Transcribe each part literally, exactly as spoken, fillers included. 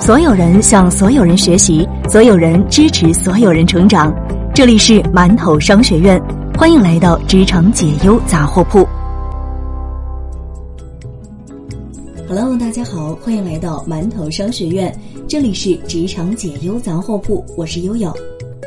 所有人向所有人学习，所有人支持所有人成长。这里是馒头商学院，欢迎来到职场解忧杂货铺。Hello， 大家好，欢迎来到馒头商学院，这里是职场解忧杂货铺，我是悠悠。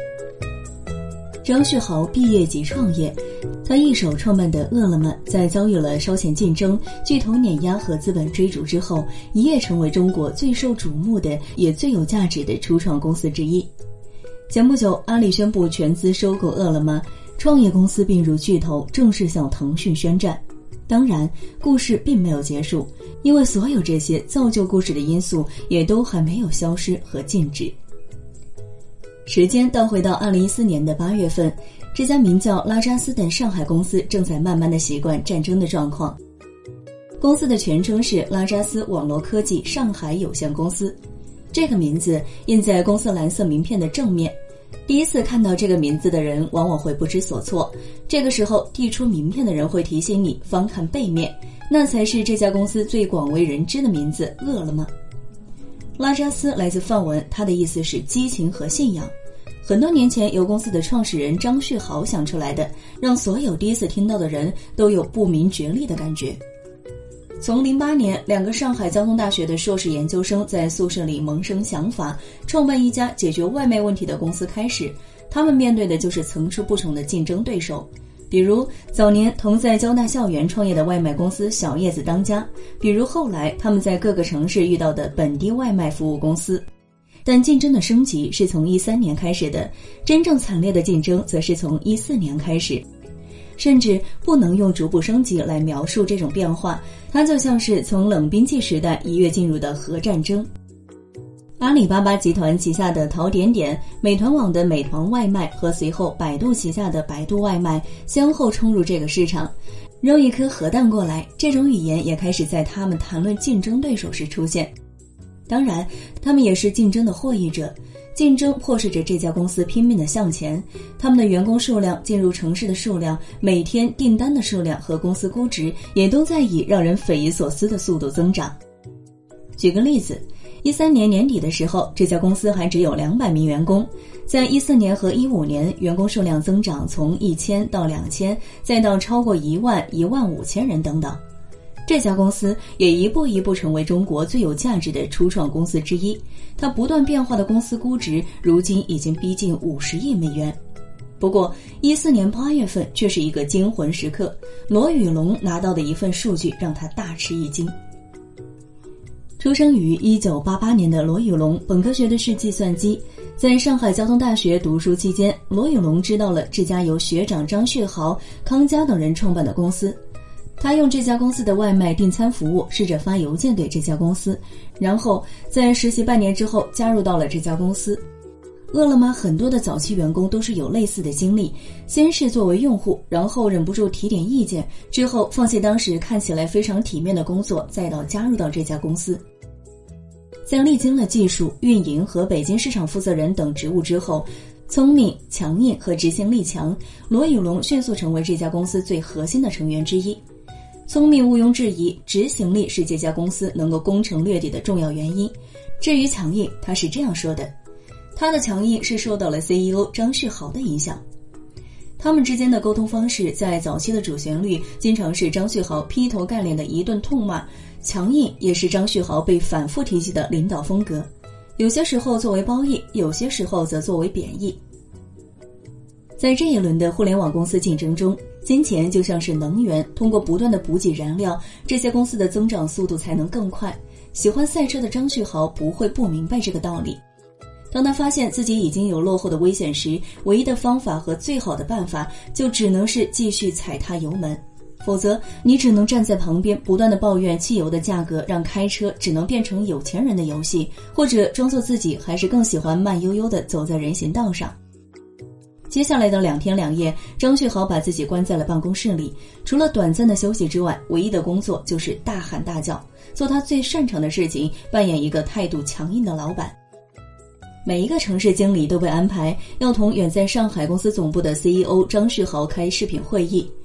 张旭豪毕业即创业，他一手创办的饿了么，在遭遇了烧钱竞争、巨头碾压和资本追逐之后，一夜成为中国最受瞩目的也最有价值的初创公司之一。前不久，阿里宣布全资收购饿了么，创业公司并入巨头，正式向腾讯宣战。当然，故事并没有结束，因为所有这些造就故事的因素也都还没有消失和静止。时间倒回到二零一四年的八月份，这家名叫拉扎斯的上海公司正在慢慢的习惯战争的状况。公司的全称是拉扎斯网络科技上海有限公司，这个名字印在公司蓝色名片的正面。第一次看到这个名字的人往往会不知所措，这个时候递出名片的人会提醒你翻看背面，那才是这家公司最广为人知的名字——饿了么。拉扎斯来自梵文，它的意思是激情和信仰。很多年前由公司的创始人张旭豪想出来的，让所有第一次听到的人都有不明觉厉的感觉。从零八年，两个上海交通大学的硕士研究生在宿舍里萌生想法，创办一家解决外卖问题的公司开始，他们面对的就是层出不穷的竞争对手。比如早年同在交大校园创业的外卖公司小叶子当家，比如后来他们在各个城市遇到的本地外卖服务公司。但竞争的升级是从一三年开始的，真正惨烈的竞争则是从一四年开始。甚至不能用逐步升级来描述这种变化，它就像是从冷兵器时代一跃进入的核战争。阿里巴巴集团旗下的淘点点、美团网的美团外卖和随后百度旗下的百度外卖先后冲入这个市场。扔一颗核弹过来，这种语言也开始在他们谈论竞争对手时出现。当然，他们也是竞争的获益者。竞争迫使着这家公司拼命地向前，他们的员工数量、进入城市的数量、每天订单的数量和公司估值也都在以让人匪夷所思的速度增长。举个例子，一三年年底的时候，这家公司还只有两百名员工，在一四年和一五年，员工数量增长从一千到两千，再到超过一万、一万五千人等等。这家公司也一步一步成为中国最有价值的初创公司之一，它不断变化的公司估值如今已经逼近五十亿美元。不过一四年八月份却是一个惊魂时刻，罗宇龙拿到的一份数据让他大吃一惊。出生于一九八八年的罗宇龙本科学的是计算机，在上海交通大学读书期间，罗宇龙知道了这家由学长张旭豪、康佳等人创办的公司。他用这家公司的外卖订餐服务试着发邮件给这家公司，然后在实习半年之后加入到了这家公司。饿了么很多的早期员工都是有类似的经历，先是作为用户，然后忍不住提点意见，之后放弃当时看起来非常体面的工作，再到加入到这家公司。在历经了技术、运营和北京市场负责人等职务之后，聪明、强硬和执行力强，罗宇龙迅速成为这家公司最核心的成员之一。聪明毋庸置疑，执行力是这家公司能够攻城略地的重要原因。至于强硬，他是这样说的，他的强硬是受到了 C E O 张旭豪的影响。他们之间的沟通方式在早期的主旋律经常是张旭豪劈头盖脸的一顿痛骂，强硬也是张旭豪被反复提及的领导风格，有些时候作为褒义，有些时候则作为贬义。在这一轮的互联网公司竞争中，金钱就像是能源，通过不断的补给燃料，这些公司的增长速度才能更快。喜欢赛车的张旭豪不会不明白这个道理。当他发现自己已经有落后的危险时，唯一的方法和最好的办法就只能是继续踩踏油门，否则你只能站在旁边不断的抱怨汽油的价格让开车只能变成有钱人的游戏，或者装作自己还是更喜欢慢悠悠地走在人行道上。接下来的两天两夜，张旭豪把自己关在了办公室里，除了短暂的休息之外，唯一的工作就是大喊大叫，做他最擅长的事情，扮演一个态度强硬的老板。每一个城市经理都被安排要同远在上海公司总部的 C E O 张旭豪开视频会议。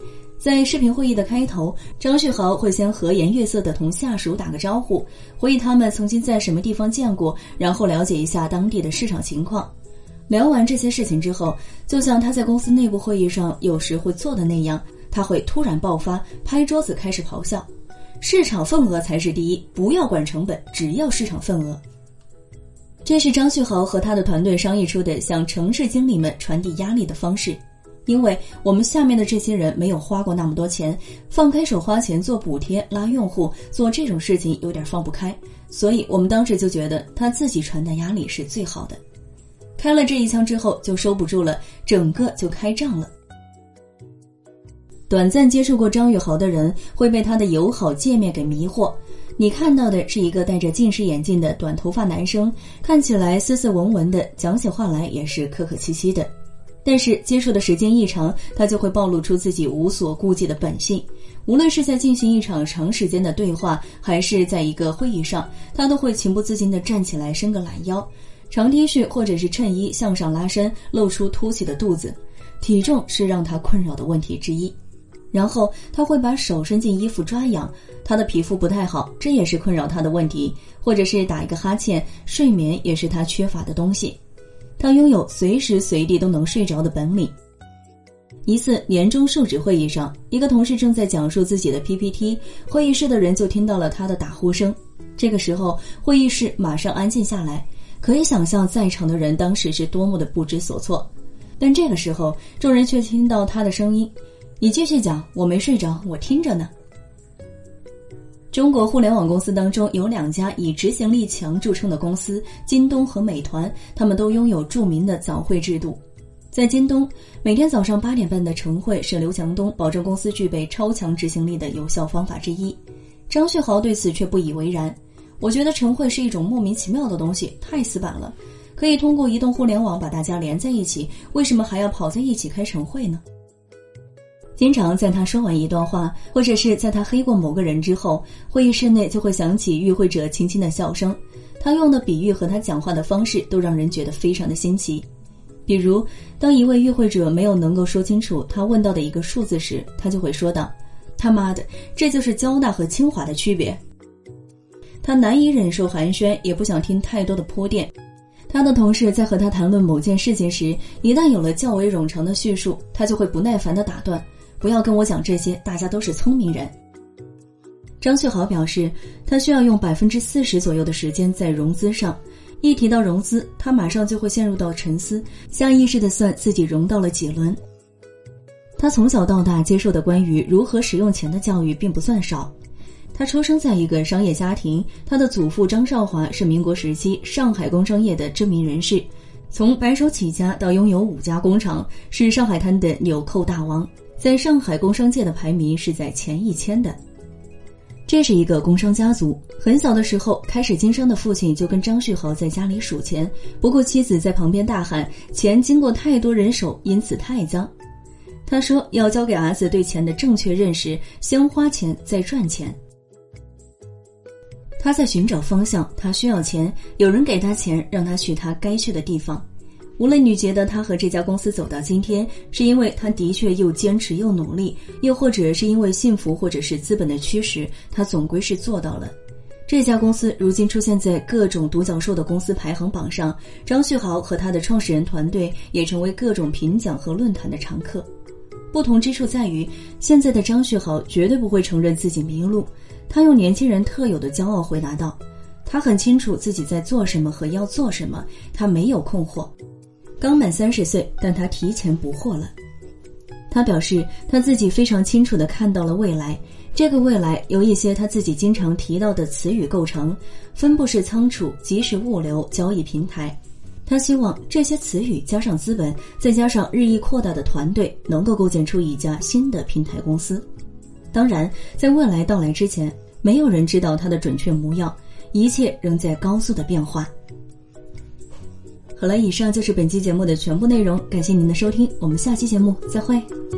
在视频会议的开头，张旭豪会先和颜悦色地同下属打个招呼，回忆他们曾经在什么地方见过，然后了解一下当地的市场情况。聊完这些事情之后，就像他在公司内部会议上有时会做的那样，他会突然爆发，拍桌子开始咆哮：市场份额才是第一，不要管成本，只要市场份额。这是张旭豪和他的团队商议出的向城市经理们传递压力的方式。因为我们下面的这些人没有花过那么多钱，放开手花钱做补贴拉用户，做这种事情有点放不开，所以我们当时就觉得他自己传达压力是最好的。开了这一枪之后就收不住了，整个就开仗了。短暂接触过张宇豪的人会被他的友好界面给迷惑，你看到的是一个戴着近视眼镜的短头发男生，看起来斯斯文文的，讲起话来也是客客气气的。但是接触的时间一长，他就会暴露出自己无所顾忌的本性。无论是在进行一场长时间的对话，还是在一个会议上，他都会情不自禁地站起来伸个懒腰，长 T 恤或者是衬衣向上拉伸，露出凸起的肚子。体重是让他困扰的问题之一。然后他会把手伸进衣服抓痒，他的皮肤不太好，这也是困扰他的问题，或者是打一个哈欠，睡眠也是他缺乏的东西。他拥有随时随地都能睡着的本领。一次年终述职会议上，一个同事正在讲述自己的 P P T， 会议室的人就听到了他的打呼声。这个时候会议室马上安静下来，可以想象在场的人当时是多么的不知所措。但这个时候众人却听到他的声音：你继续讲，我没睡着，我听着呢。中国互联网公司当中有两家以执行力强著称的公司，京东和美团，他们都拥有著名的早会制度。在京东，每天早上八点半的晨会是刘强东保证公司具备超强执行力的有效方法之一。张旭豪对此却不以为然，我觉得晨会是一种莫名其妙的东西，太死板了，可以通过移动互联网把大家连在一起，为什么还要跑在一起开晨会呢？经常在他说完一段话，或者是在他黑过某个人之后，会议室内就会响起与会者轻轻的笑声。他用的比喻和他讲话的方式都让人觉得非常的新奇。比如，当一位与会者没有能够说清楚他问到的一个数字时，他就会说道：他妈的，这就是交大和清华的区别。他难以忍受寒暄，也不想听太多的铺垫。他的同事在和他谈论某件事情时，一旦有了较为冗长的叙述，他就会不耐烦地打断：不要跟我讲这些，大家都是聪明人。张旭豪表示，他需要用 百分之四十 左右的时间在融资上，一提到融资，他马上就会陷入到沉思，下意识地算自己融到了几轮。他从小到大接受的关于如何使用钱的教育并不算少。他出生在一个商业家庭，他的祖父张少华是民国时期上海工商业的知名人士，从白手起家到拥有五家工厂，是上海滩的纽扣大王，在上海工商界的排名是在前一千的。这是一个工商家族，很小的时候开始经商的父亲就跟张旭豪在家里数钱，不过妻子在旁边大喊：钱经过太多人手，因此太脏。他说要教给儿子对钱的正确认识，先花钱再赚钱。他在寻找方向，他需要钱，有人给他钱，让他去他该去的地方。吴磊女觉得他和这家公司走到今天，是因为他的确又坚持又努力，又或者是因为幸福或者是资本的驱使，他总归是做到了。这家公司如今出现在各种独角兽的公司排行榜上，张旭豪和他的创始人团队也成为各种评奖和论坛的常客。不同之处在于，现在的张旭豪绝对不会承认自己迷路，他用年轻人特有的骄傲回答道：他很清楚自己在做什么和要做什么，他没有困惑。刚满三十岁，但他提前不惑了。他表示他自己非常清楚地看到了未来，这个未来由一些他自己经常提到的词语构成：分布式仓储、即时物流、交易平台。他希望这些词语加上资本，再加上日益扩大的团队，能够构建出一家新的平台公司。当然，在未来到来之前，没有人知道它的准确模样，一切仍在高速的变化。好了，以上就是本期节目的全部内容，感谢您的收听，我们下期节目再会。